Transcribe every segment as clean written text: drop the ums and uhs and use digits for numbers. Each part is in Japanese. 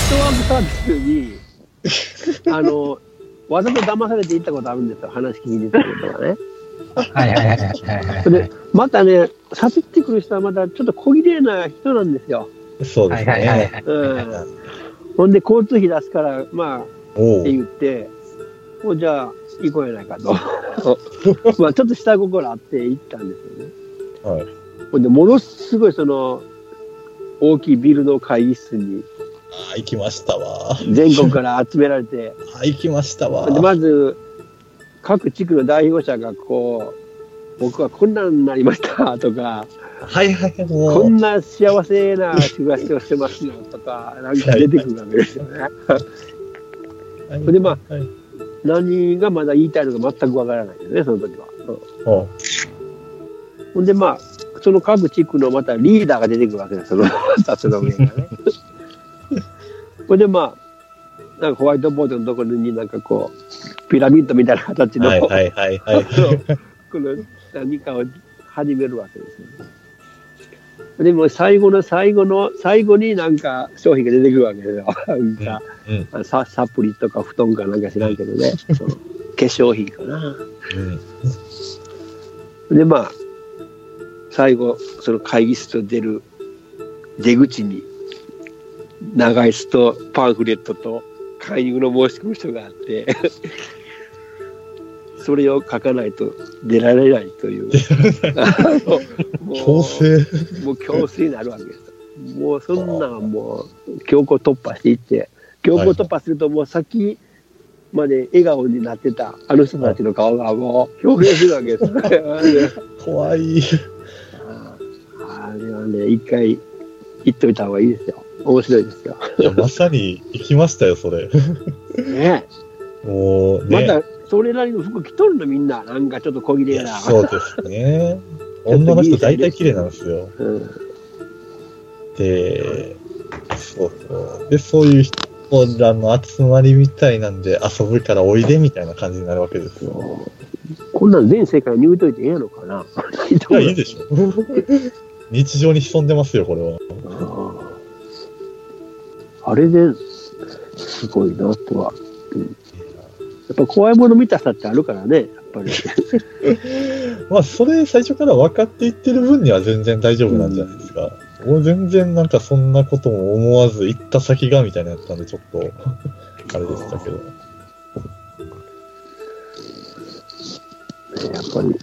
ワークサービスにわざと騙されて行ったことあるんですよ、話聞きに行ったことがね。 はいはいはいはい。 でまたね、誘ってくる人はまたちょっと小綺麗な人なんですよ。 そうですね。 ほんで交通費出すからまあおって言ってもうじゃあ行こうやないかとまあちょっと下心あって行ったんですよね。 はい。 ほんでものすごいその大きいビルの会議室にああ、行きましたわ。 全国から集められてああ、行きましたわ。 でまず各地区の代表者がこう僕はこんなんなりましたとか、 はいはい、 こんな幸せな暮らしをしてますよとかなんか出てくるわけですよね。でまあ、何がまだ言いたいのか全くわからないですね、その時は。ほんでまあその各地区のまたリーダーが出てくるわけですよ、その上がね。ほんでまあなんかホワイトボードのところになんかこうピラミッドみたいな形のこの何かを始めるわけですよね。でも最後になんか商品が出てくるわけですよ。なんか、サプリとか布団かなんか知らんけどね、その化粧品かな。でまあ最後その会議室と出る出口に長いスとパンフレットと勧誘の申し込む人があってそれを書かないと出られないという強制もう強制になるわけです。もうそんなんもう強行突破していって強行突破するともう先まで笑顔になってたあの人たちの顔がもう表現するわけです。 怖い。 あれはね一回行っといた方がいいですよ。面白いですよ。 いやまさに行きましたよそれ。 ねもうね。 またそれなりの服着とるのみんななんかちょっと小綺麗な。 そうですね。女の人大体綺麗なんですよ。で、そうそう。でそういう人らの集まりみたいなんで遊ぶからおいでみたいな感じになるわけですよ。 こんなん全世界に言うといてええのかな。 いやいいでしょ。日常に潜んでますよこれは。 あれですごいなとは、やっぱ怖いもの見たさってあるからね、やっぱり。 まあそれ最初から分かっていってる分には全然大丈夫なんじゃないですか。もう全然なんかそんなことも思わず行った先がみたいなやったんでちょっとあれでしたけど。 やっぱり。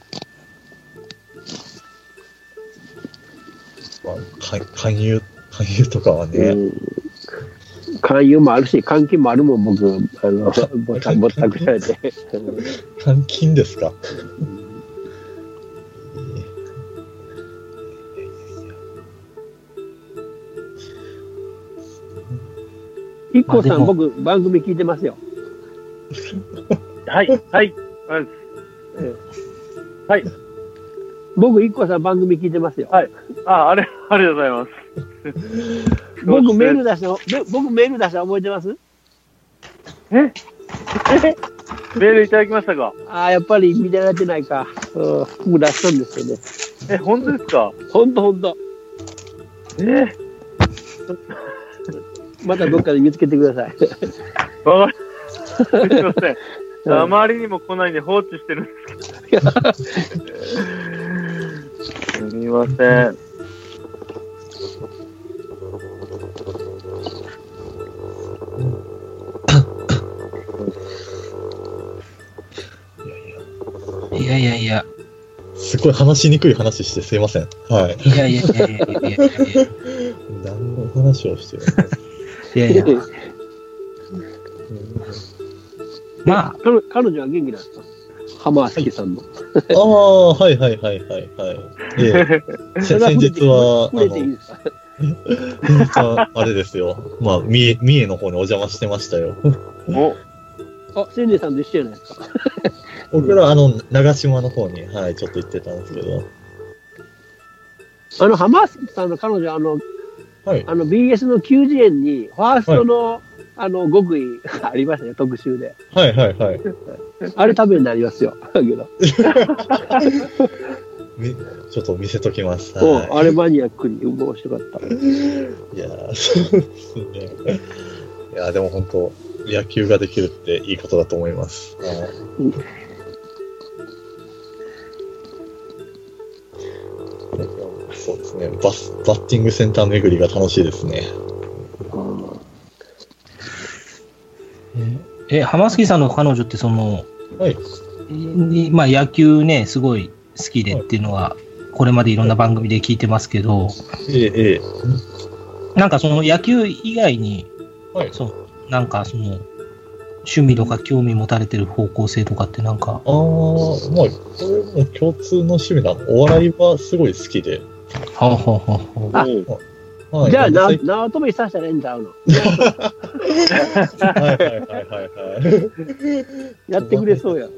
まあ、勧誘とかはね。 勧誘もあるし、監禁もあるもん、僕、ぼったくられて。 監禁ですか。 一個さん、僕、番組聞いてますよ。 はい、はい、はい。 僕、一個さん、番組聞いてますよ。 はい。ありがとうございます。 僕メール出した覚えてます？ メールいただきましたか？ やっぱり見てられてないか。僕出したんですよね。 本当ですか？ 本当。またどっかで見つけてください。 わかりすみません。あまりにも来ないんで放置してるんですけど。すみません。 いや。 すごい話しにくい話してすいません。はい。 いや。 何の話をしてるの？いや。まあ彼女は元気なんですか？浜好さんの。 はい。先日はあれですよ。まあ三重の方にお邪魔してましたよ。 千里さんと一緒じゃないですか。 僕ら長島の方にちょっと行ってたんですけど。 浜好さんの彼女BS の90円にファーストの極意ありましたね、特集で。 はい。 あれ食べになりますよ。だけど。 ちょっと見せときます。 あれマニアックに面白かった。 いやそうですね。 いや、でも本当、野球ができるっていいことだと思います。そうですね。バッティングセンター巡りが楽しいですね。 浜月さんの彼女ってはい。 まあ野球ね、すごい好きでっていうのは、これまでいろんな番組で聞いてますけど、なんかその野球以外に、 はい。 なんか趣味とか興味持たれてる方向性とかってなんか。 まあ、これも共通の趣味なの。お笑いはすごい好きで。 はい、じゃあ、縄跳びさせたらええんちゃうの。 はい。 やってくれそうや。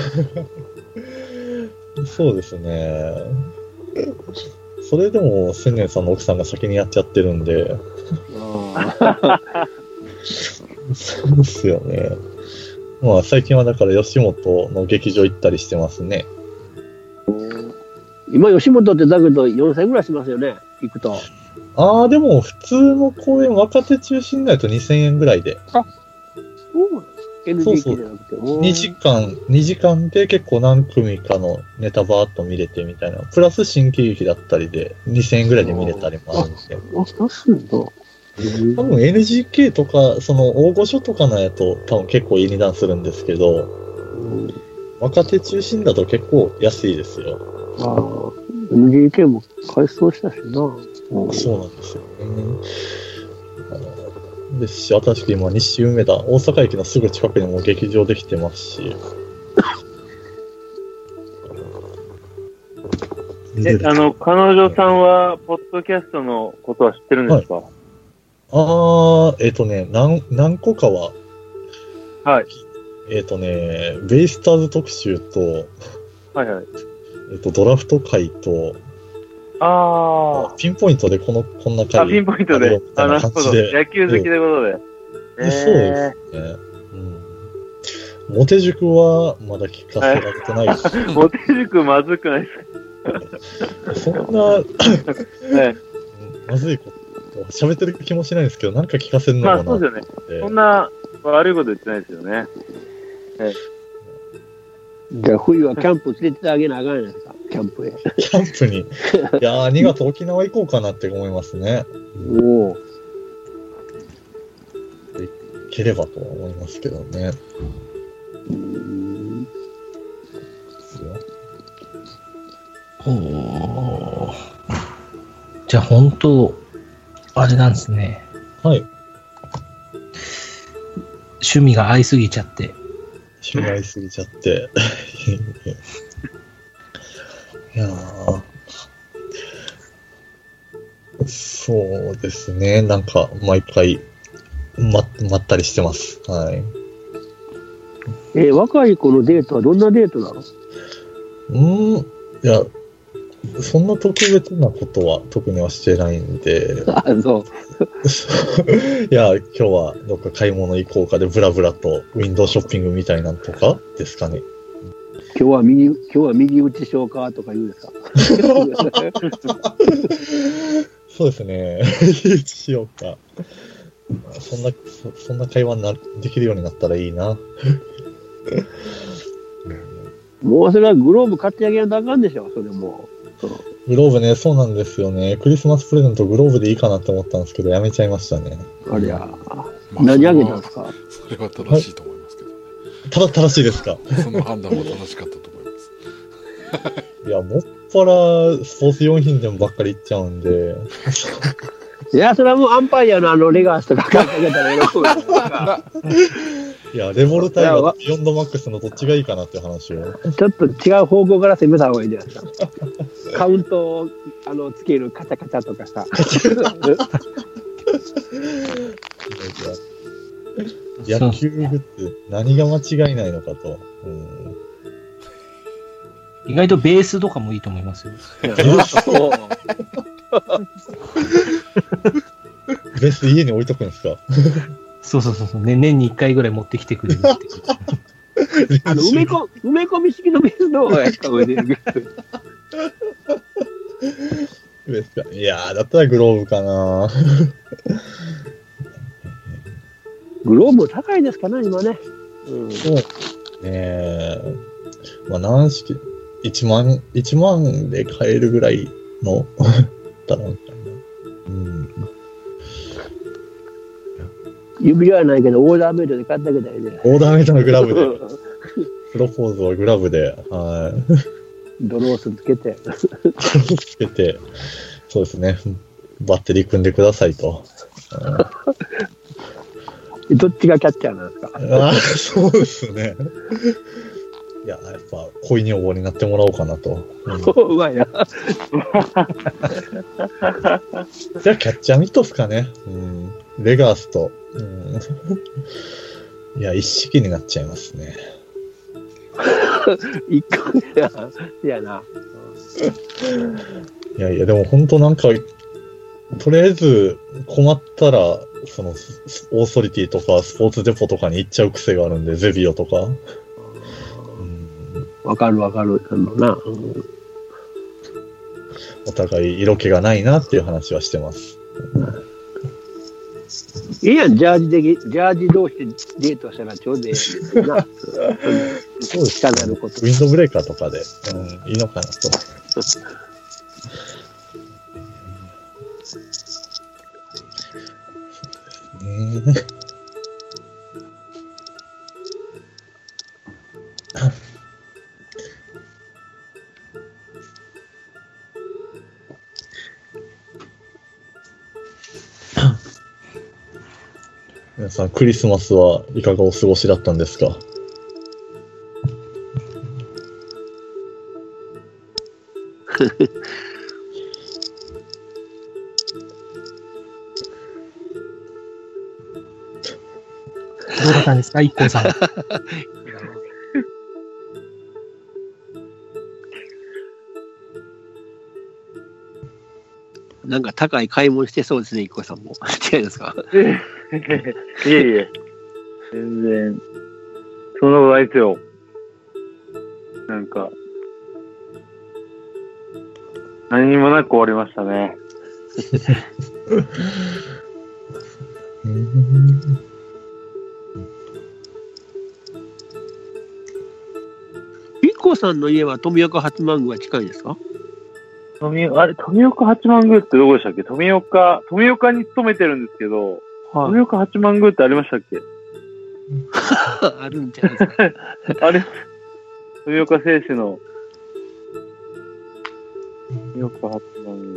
そうですね。それでも、千年さんの奥さんが先にやっちゃってるんで。そうですよね。まあ、最近はだから吉本の劇場行ったりしてますね。 今、吉本ってだけど4000円ぐらいしますよね、行くと。 でも普通の公演、若手中心になると2000円ぐらいで。 そうNGK じゃなくて。 2時間で結構何組かのネタバーっと見れてみたいな。プラス新喜劇だったりで2000円ぐらいで見れたりもあるんで。 安いんだ。 多分 NGK とか、その大御所とかのやと多分結構いい値段するんですけど、若手中心だと結構安いですよ。 NGK も改装したしな。 そうなんですよね。ですし、新しく今、西梅田、大阪駅のすぐ近くにも劇場できてますし。 彼女さんは、ポッドキャストのことは知ってるんですか？ 何個かは。 はい。 ベイスターズ特集と、 はいはい。 ドラフト会と、ピンポイントでこんな回。 ピンポイントで。なるほど。野球好きということで。 そうですね。モテ塾はまだ聞かせられてないです。 モテ塾まずくないですか？ そんな、まずいこと、喋ってる気もしないんですけど、なんか聞かせるのかな。 そうですよね。そんな悪いこと言ってないですよね。 じゃあ冬はキャンプ連れてってあげなあかんやないですか、キャンプへ。 キャンプに。いやー、2月沖縄行こうかなって思いますね。行ければとは思いますけどね。 じゃあ本当、あれなんですね。 はい。 趣味が合いすぎちゃって。 趣味合いすぎちゃって。いやそうですね。なんか、毎回、まったりしてます。はい。 若い子のデートはどんなデートなの？ いや、そんな特別なことは特にはしてないんで。 そう。 いや、今日はどっか買い物行こうかでブラブラとウィンドウショッピングみたいなんとかですかね。 今日は右打ちしようかとか言うんですか？ そうですね。右打ちしようか。そんな会話できるようになったらいいな。 もうそれはグローブ買ってあげないとあかんでしょ、それも。 グローブね、そうなんですよね。クリスマスプレゼントグローブでいいかなって思ったんですけど、やめちゃいましたね。 ありゃ、何あげたんですか？ それは正しいと思いますけどね。 正しいですか？ その判断も正しかったと思います。 いや、もっぱらスポーツ用品でもばっかりいっちゃうんで。 いや、それはもうアンパイアのレガースとか買ってあげたら喜ぶ。 いや、レボルタイガーとビヨンドマックスのどっちがいいかなって話を。 ちょっと違う方向から攻めた方がいいんじゃないですか。カウントをつけるカチャカチャとかさ。 野球グッズ、何が間違いないのかと。 意外とベースとかもいいと思いますよ。 ベース家に置いとくんですか？ そう、ね、年に1回ぐらい持ってきてくれるって埋め込み式のベースの方がやった方がいいですいやー、だったらグローブかな。 グローブ高いですかね、今ね。うん。 そうねえ。まあ、何式、1万で買えるぐらいの、だろうみたいな。うん。 指輪はないけど、オーダーメイドで買ったけどね。 オーダーメイドのグラブで、プロポーズはグラブで、はい。 ドロースつけて。 つけて、そうですね。バッテリー組んでくださいと。 どっちがキャッチャーなんですか？ ああ、そうですね。いや、やっぱ、恋に応募になってもらおうかなと。 うまいな。 じゃあ、キャッチャーミットっすかね。うん。レガースと。うん、いや、一式になっちゃいますね。 一個やな。 いやいや、でも本当なんか、とりあえず困ったら、その、オーソリティとかスポーツデポとかに行っちゃう癖があるんで、ゼビオとか。 わかる。な。 お互い色気がないなっていう話はしてます。 いいやん、ジャージ同士でデートしたらちょうどいいな。 そうですかなること。 ウィンドブレーカーとかで、いいのかなと。皆さん、クリスマスはいかがお過ごしだったんですか？ どうだったんですか、一 k さん。 なんか高い買い物してそうですね、一個さんも。違いですか？ いえいえ。全然、そんなことないですよ。なんか、何にもなく終わりましたね。 一個さんの家は富岡八幡宮は近いですか？ 富岡八幡宮ってどこでしたっけ？富岡に勤めてるんですけど、富岡八幡宮ってありましたっけ？ あるんじゃないですか。 あれ富岡製紙の富岡八幡宮。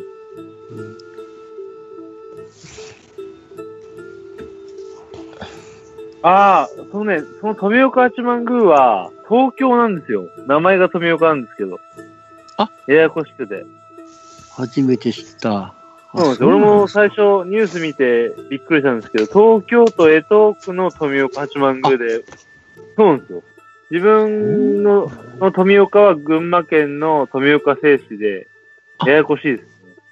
その富岡八幡宮は東京なんですよ。名前が富岡なんですけど。ややこしくて。 初めて知った。 そうなんですよ。俺も最初ニュース見てびっくりしたんですけど、東京都江東区の富岡八幡宮で、そうなんですよ。自分の富岡は群馬県の富岡製紙で、ややこしいですね。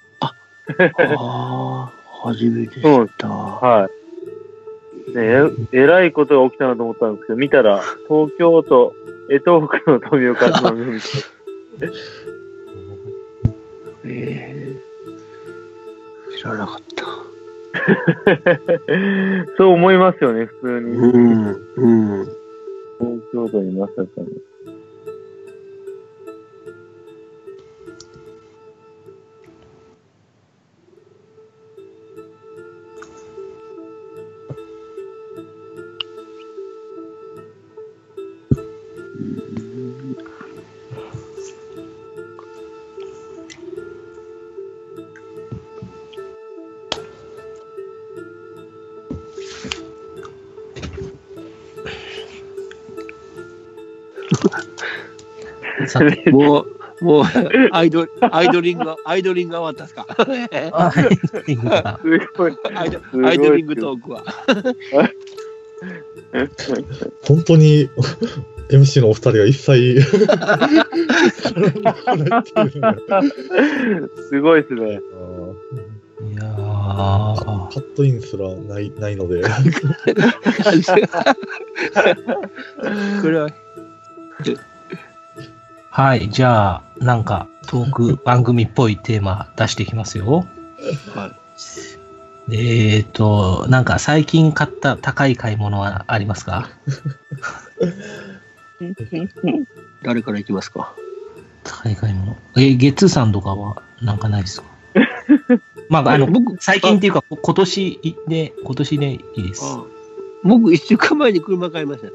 初めて知った。 はい。えらいことが起きたなと思ったんですけど、見たら、東京都江東区の富岡八幡宮みたいな。 知らなかった。 そう思いますよね、普通に。東京都にまさかの。 もうアイドリングが終わったんですか？ アイドリングが。 アイドリングトークは。 本当に MC のお二人は一切すごいですね。 いやー、 カットインすらないので。 これは。 はい、じゃあ、なんかトーク番組っぽいテーマ出していきますよ。 はい。 なんか最近買った高い買い物はありますか？ 誰から行きますか？ 高い買い物。ゲッツーさんとかはなんかないですか？まあ、僕、最近っていうか、今年でいいです。 僕、1週間前に車買いましたね。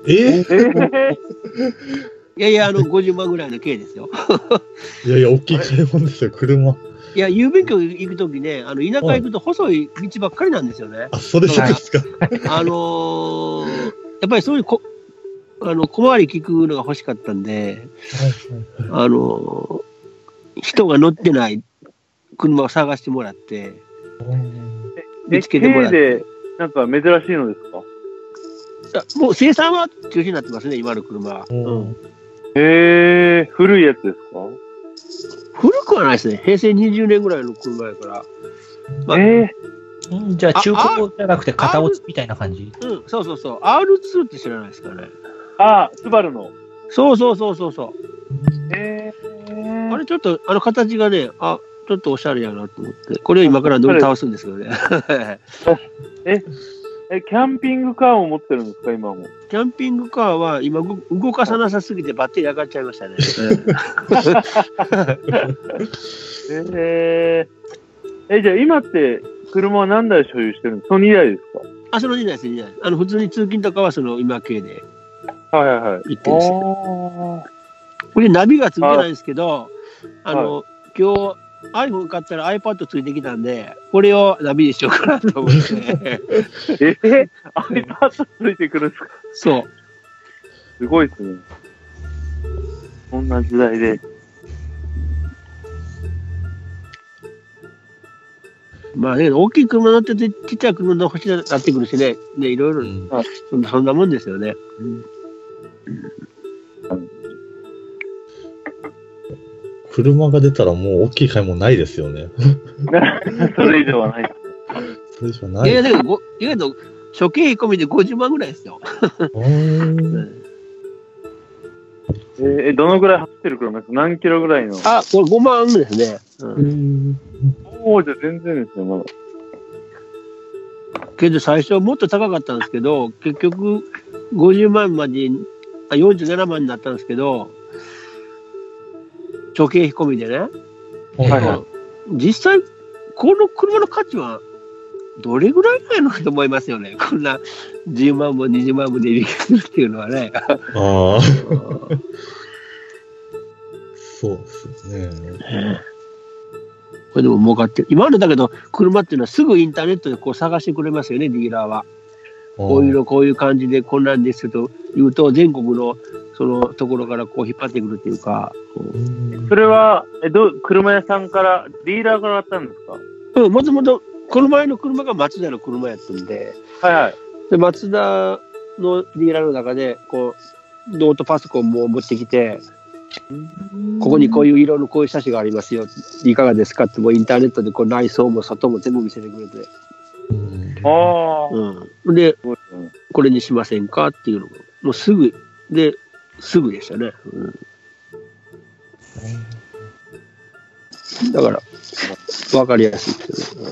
いやいや、50万ぐらいの軽ですよ。 いやいや、大きい買い物ですよ、車。 いや、郵便局行くときね、田舎行くと細い道ばっかりなんですよね。 あ、それですか。 やっぱりそういう小回り聞くのが欲しかったんで、人が乗ってない車を探してもらって、見つけてもらって。 なんか珍しいのですか？ もう生産は中止になってますね、今の車は。 古いやつですか？ 古くはないですね。平成20年ぐらいの車やから。 じゃあ中古じゃなくて型落ちみたいな感じ？ そうそうそう。R2 って知らないですかね。 スバルの。 そう。あれちょっと、形がね、ちょっとおしゃれやなと思って、これを今から乗り倒すんですけどね。 キャンピングカーを持ってるんですか、今も？ キャンピングカーは今動かさなさすぎてバッテリー上がっちゃいましたね。 じゃあ今って車は何台所有してるんですか？その2台ですか？ その2台です、2台。普通に通勤とかは今系で行ってるんですよ。これナビがついてないんですけど、今日 iPhone 買ったら iPad ついてきたんで、これをナビにしようかなと思って。 iPad ついてくるんですか？ そう。 すごいですね。こんな時代で。 まあね、大きい車乗ってて、ちっちゃい車の欲しくなってくるしね、いろいろ、そんなもんですよね。 車が出たらもう大きい買い物ないですよね。 それ以上はない。 それ以上ない。 意外と諸経費込みで50万ぐらいですよ。 どのぐらい走ってる車ですか？何キロぐらいの？ これ5万ですね。 じゃあ全然ですね、まだ。 けど最初もっと高かったんですけど、結局50万まで、47万になったんですけど、諸経費込みでね。実際、この車の価値はどれぐらいないのかと思いますよね。こんな10万も20万もで利益するっていうのはね。 そうですね。 これでも儲かってる。今までだけど、車っていうのはすぐインターネットでこう探してくれますよね、ディーラーは。こういうの、こういう感じでこんなんですと言うと、全国のそのところからこう引っ張ってくるっていうか。 それは、車屋さんから、ディーラーからあったんですか？ もともと、この前の車がマツダの車やったんで、でマツダのディーラーの中で、こう、ノートパソコンも持ってきて、ここにこういう色のこういう車種がありますよ、いかがですかって、もうインターネットでこう内装も外も全部見せてくれて。で、これにしませんかっていうのも、もうすぐでしたね。だから、わかりやすい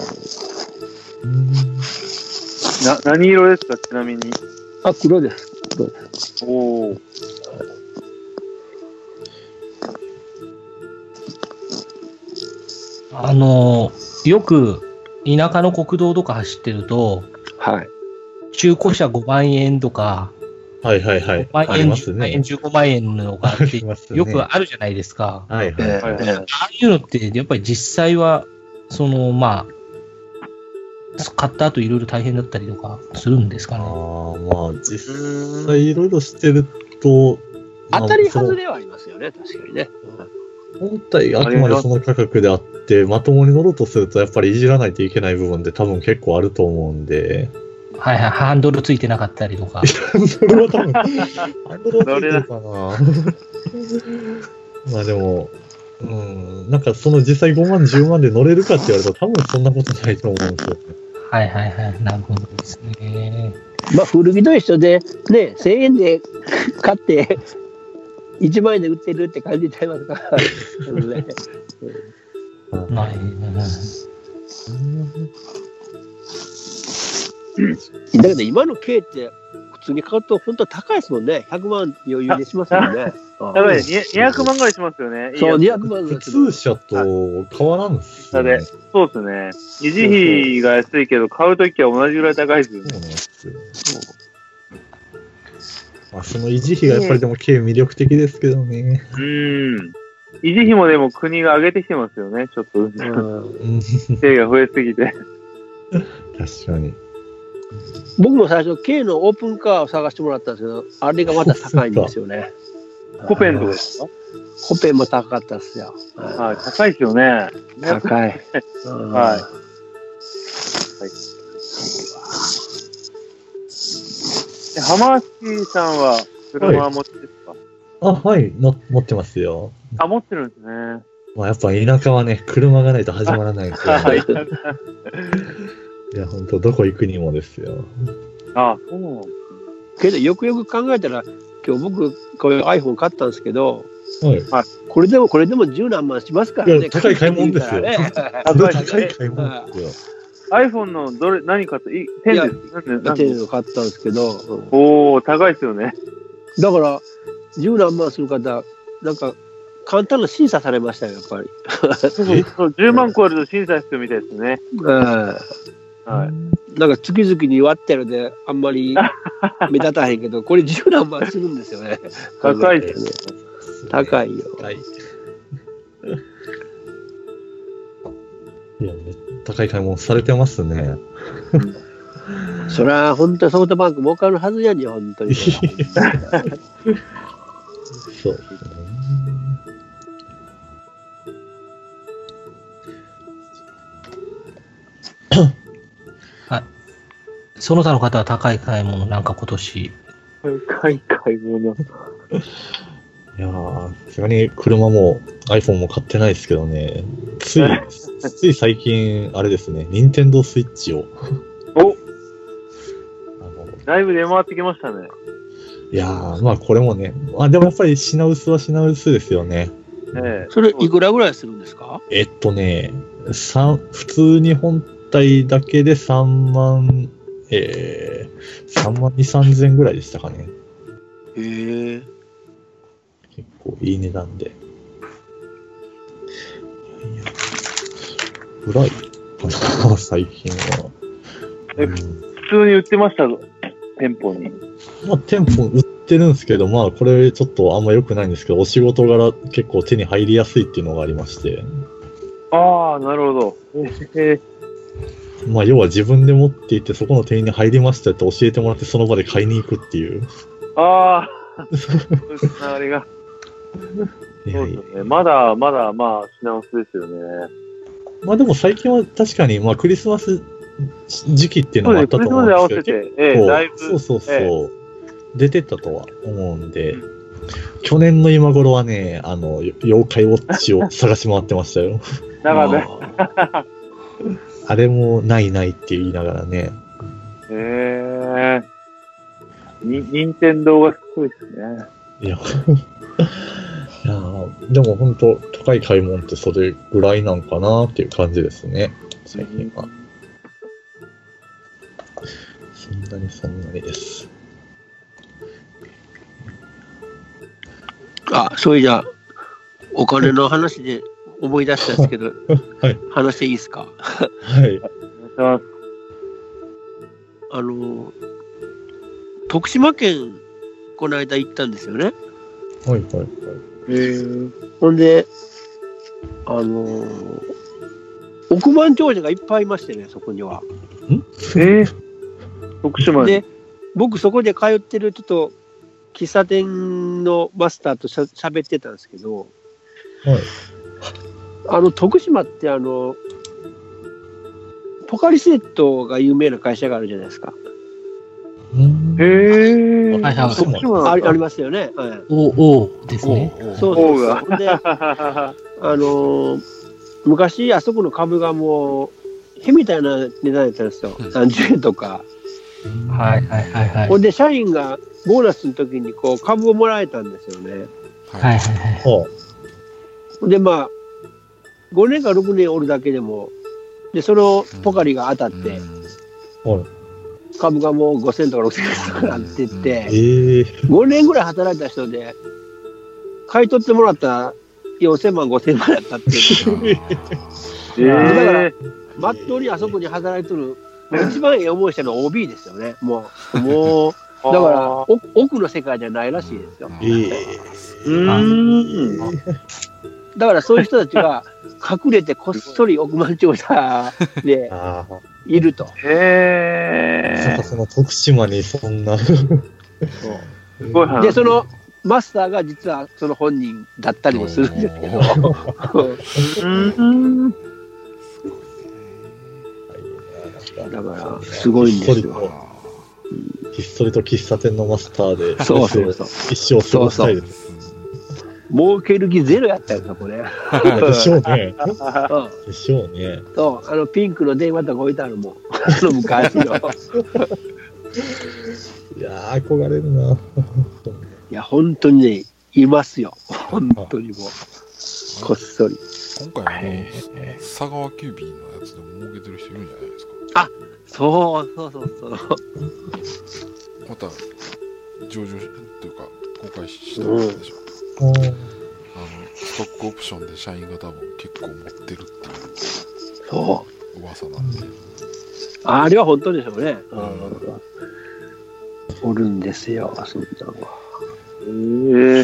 ですよね。 何色ですか、ちなみに？ 黒です。 よく田舎の国道とか走ってると、中古車5万円とか、5万円、10万円、15万円のがあって、よくあるじゃないですか。ああいうのって、やっぱり実際は、買った後いろいろ大変だったりとかするんですかね。 実際いろいろしてると、 当たり外れはありますよね、確かにね。 本体あくまでその価格であって、まともに乗ろうとすると、やっぱりいじらないといけない部分で多分結構あると思うんで。 ハンドルついてなかったりとか。 ハンドルは多分、ハンドルはついてるかな。まあでも、なんかその実際5万、10万で乗れるかって言われると多分そんなことないと思うんですよね。 なるほどですね。 古着と一緒で、ね、1000円で買って、1万円で売ってるって感じちゃいますから。 だけど今の軽って普通に買うと本当高いですもんね。100万余裕でしますもんね。 だから200万ぐらいしますよね。 そう、200万普通車と変わらんすよね。 そうですね。維持費が安いけど、買うときは同じぐらい高いですよね。そうなんですよ。 まあ、その維持費がやっぱりでも軽魅力的ですけどね。 維持費もでも国が上げてきてますよね。ちょっと。軽が増えすぎて。 確かに。 僕も最初、軽のオープンカーを探してもらったんですけど、あれがまた高いんですよね。 コペンとかですか？ コペンも高かったですよ。 はい、高いですよね。 高い。 はい。浜橋さんは車は持ちですか？ はい、持ってますよ。 持ってるんですね。 まあやっぱ田舎はね、車がないと始まらないんですよ。いや、ほんと、どこ行くにもですよ。 そう。 けど、よくよく考えたら、今日僕、こういう iPhone 買ったんですけど、 はい。 これでも十何万しますからね。 高い買い物ですよ。高い買い物ですよ。 iPhone の何買った？10です。 10を買ったんですけど。 高いですよね。 だから、十何万する方、なんか、簡単な審査されましたよ、やっぱり。 10万超えると審査必要みたいですね。 なんか月々に割ってるで、あんまり目立たへんけど、これ十何万するんですよね。 高いですね。 高いよ。 いや、高い買い物されてますね。 そりゃ、本当にソフトバンク儲かるはずやんよ、本当に。 そうですね。 はい。その他の方は高い買い物なんか今年。 高い買い物。 いやー、さすがに車も iPhone も買ってないですけどね。つい最近、あれですね、任天堂スイッチを。 だいぶ出回ってきましたね。 いやー、まあこれもね、でもやっぱり品薄は品薄ですよね。 それいくらぐらいするんですか？ 普通に本体だけで3万2、3000円ぐらいでしたかね。 結構いい値段で。ぐらいかな、最近は。 普通に売ってました店舗に。 店舗売ってるんですけど、これちょっとあんま良くないんですけど、お仕事柄結構手に入りやすいっていうのがありまして。 なるほど。 要は自分で持っていて、そこの店員に入りましたって教えてもらって、その場で買いに行くっていう。 あれが。そうですね。まだ品薄ですよね。 でも最近は確かに、クリスマス時期っていうのもあったと思うんですけど、だいぶそう出てたとは思うんで、去年の今頃はね、妖怪ウォッチを探し回ってましたよ。 だからね。 あれもないって言いながらね。 任天堂がすごいですね。 いやでも本当高い買い物ってそれぐらいなんかなっていう感じですね、最近は。そんなにです。 そういや、お金の話で思い出したんですけど、 はい、 話していいですか？ はい。 徳島県、この間行ったんですよね。 はい。 ほんで、億万長者がいっぱいいましてね、そこには。 徳島で、僕そこで通ってるちょっと喫茶店のマスターと喋ってたんですけど、徳島ってポカリスエットが有名な会社があるじゃないですか。ありますよね。 ですね。 そうで、昔あそこの株がもうへみたいな値段やったんですよ。30円とか。ほんで社員がボーナスの時にこう株をもらえたんですよね。で5年か6年おるだけでもでそのポカリが当たって、 株がもう5000とか6000とかなってって、5年ぐらい働いた人で、買い取ってもらったら4000万、5000万やったっていう。だから、まっとうにあそこに働いてる、一番いい思いしたのは OB ですよね。もう、だから、奥の世界じゃないらしいですよ。だからそういう人たちが隠れてこっそり億万長者でいると。 その徳島にそんな。 で、そのマスターが実はその本人だったりもするんですけど。だからすごいんですよ。 ひっそりと喫茶店のマスターで一生過ごしたいです。 儲ける気ゼロやったよ、そこね。 でしょうね。でしょうね。 そう、ピンクの電話とか置いてあるもん。昔の。いやー、憧れるな。 いや、本当にね、いますよ。本当にもう。こっそり。 今回佐川急便のやつでも儲けてる人いるんじゃないですか。 あ、そう。 また上場というか公開したんでしょ。ストックオプションで社員が多分結構持ってるっていう噂なんで。 あれは本当でしょうね。おるんですよ、そんなの。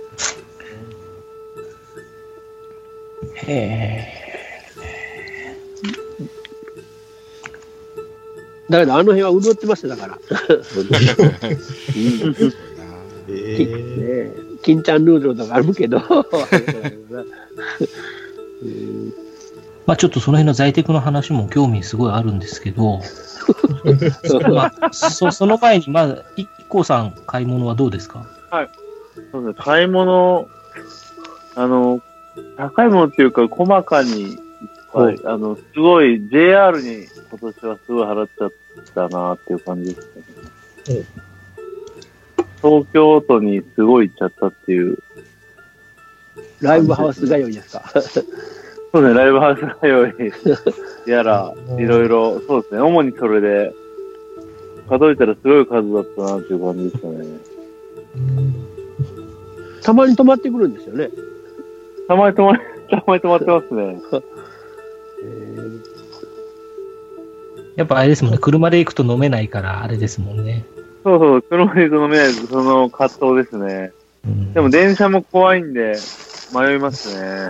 だけどあの辺は潤ってましただから。金ちゃんヌードルとかあるけど。 まあちょっとその辺の在宅の話も興味すごいあるんですけど、その前にまずIKKOさん買い物はどうですか？ はい。そうですね。買い物、高いものっていうか細かに、はい、すごい JR に今年はすごい払っちゃったなっていう感じですね。東京都にすごい行っちゃったっていう。 ライブハウス通いですか？ そうですね、ライブハウス通いやら、いろいろ、そうですね、主にそれで、数えたらすごい数だったなっていう感じでしたね。 たまに泊まってくるんですよね。 たまに泊まってますね。 やっぱあれですもんね、車で行くと飲めないからあれですもんね。 そう、車で行くと飲めないです。その葛藤ですね。でも電車も怖いんで、迷いますね。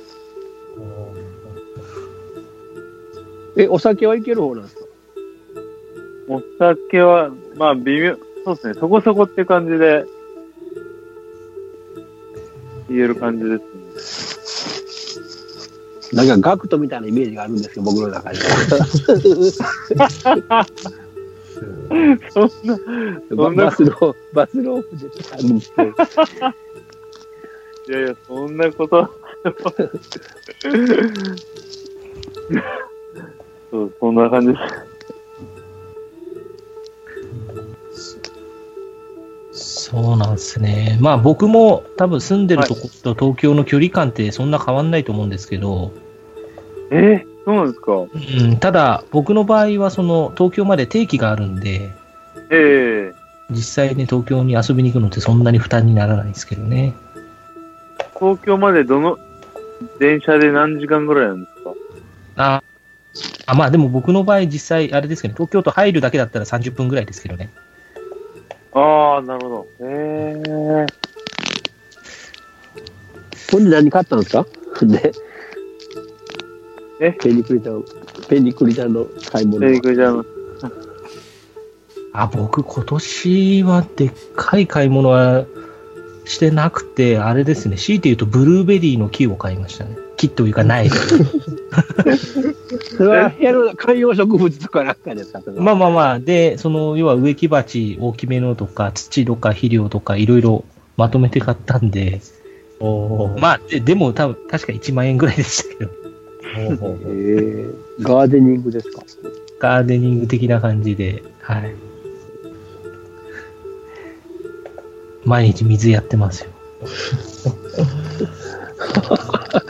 お酒はいける方なんですか？ お酒は、まあ微妙、そうですね、そこそこって感じで、言える感じですね。なんかガクトみたいなイメージがあるんですけど、僕の中で。そんなバスロープであるんですけど。 いや、そんなこと。そう、そんな感じです。 そうなんですね。まあ僕も多分住んでるとこと東京の距離感ってそんな変わんないと思うんですけど。 そうなんですか。 ただ僕の場合はその東京まで定期があるんで、実際ね東京に遊びに行くのってそんなに負担にならないんですけどね。 東京まで電車で何時間ぐらいなんですか？ まあでも僕の場合実際あれですけど、ね、東京都入るだけだったら30分ぐらいですけどね。 なるほど。 これ何買ったんですか？でペニクリちゃんの買い物は。ペニクリちゃんの。 僕今年はでっかい買い物はしてなくて、あれですね、強いて言うとブルーベリーの木を買いましたね。木というか苗。それは部屋の観葉植物とかなんかですか？ まあ。で、要は植木鉢大きめのとか、土とか肥料とかいろいろまとめて買ったんで、まあ、でも多分確か1万円ぐらいでしたけど。 ガーデニングですか？ ガーデニング的な感じで、はい。毎日水やってますよ。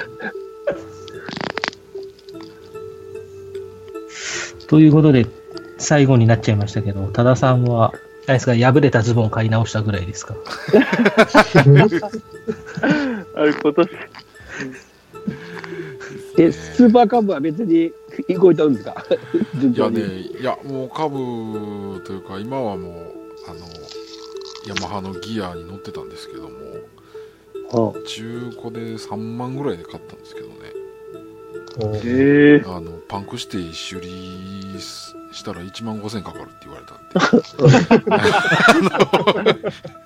ということで、 最後になっちゃいましたけど、多田さんは、あれですか、破れたズボン買い直したぐらいですか？ あれ、今年。 スーパーカブは別に動いたんですか？ いやね、いや、もうカブというか、今はもう、ヤマハのギアに乗ってたんですけども、中古で3万ぐらいで買ったんですけどね。パンクして修理したら1万5000かかるって言われたんで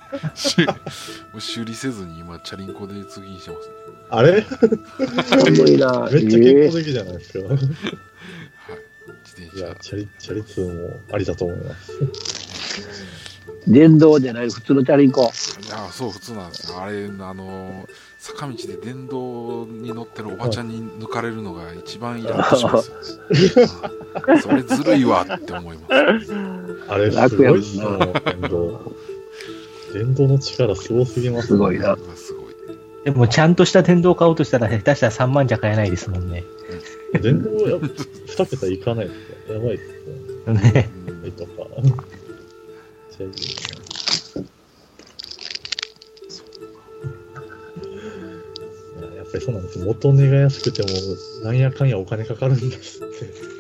修理せずに今チャリンコで通勤してますね。 あれすごいな。めっちゃ健康的じゃないですか。はい、自転車。 いや、チャリ通もありだと思います。 電動じゃない、普通のチャリンコ。 いや、そう、普通なんですよ。あれ、坂道で電動に乗ってるおばちゃんに抜かれるのが一番イラッとしますよ。それずるいわって思います。 あれ、すごいっすね、電動。電動の力すごすぎます。 すごいな。 すごい。 でも、ちゃんとした電動買おうとしたら、下手したら3万じゃ買えないですもんね。 電動や2桁いかないですか？やばいっすね。 ね。 とか。やっぱりそうなんです。元値が安くてもなんやかんやお金かかるんですって。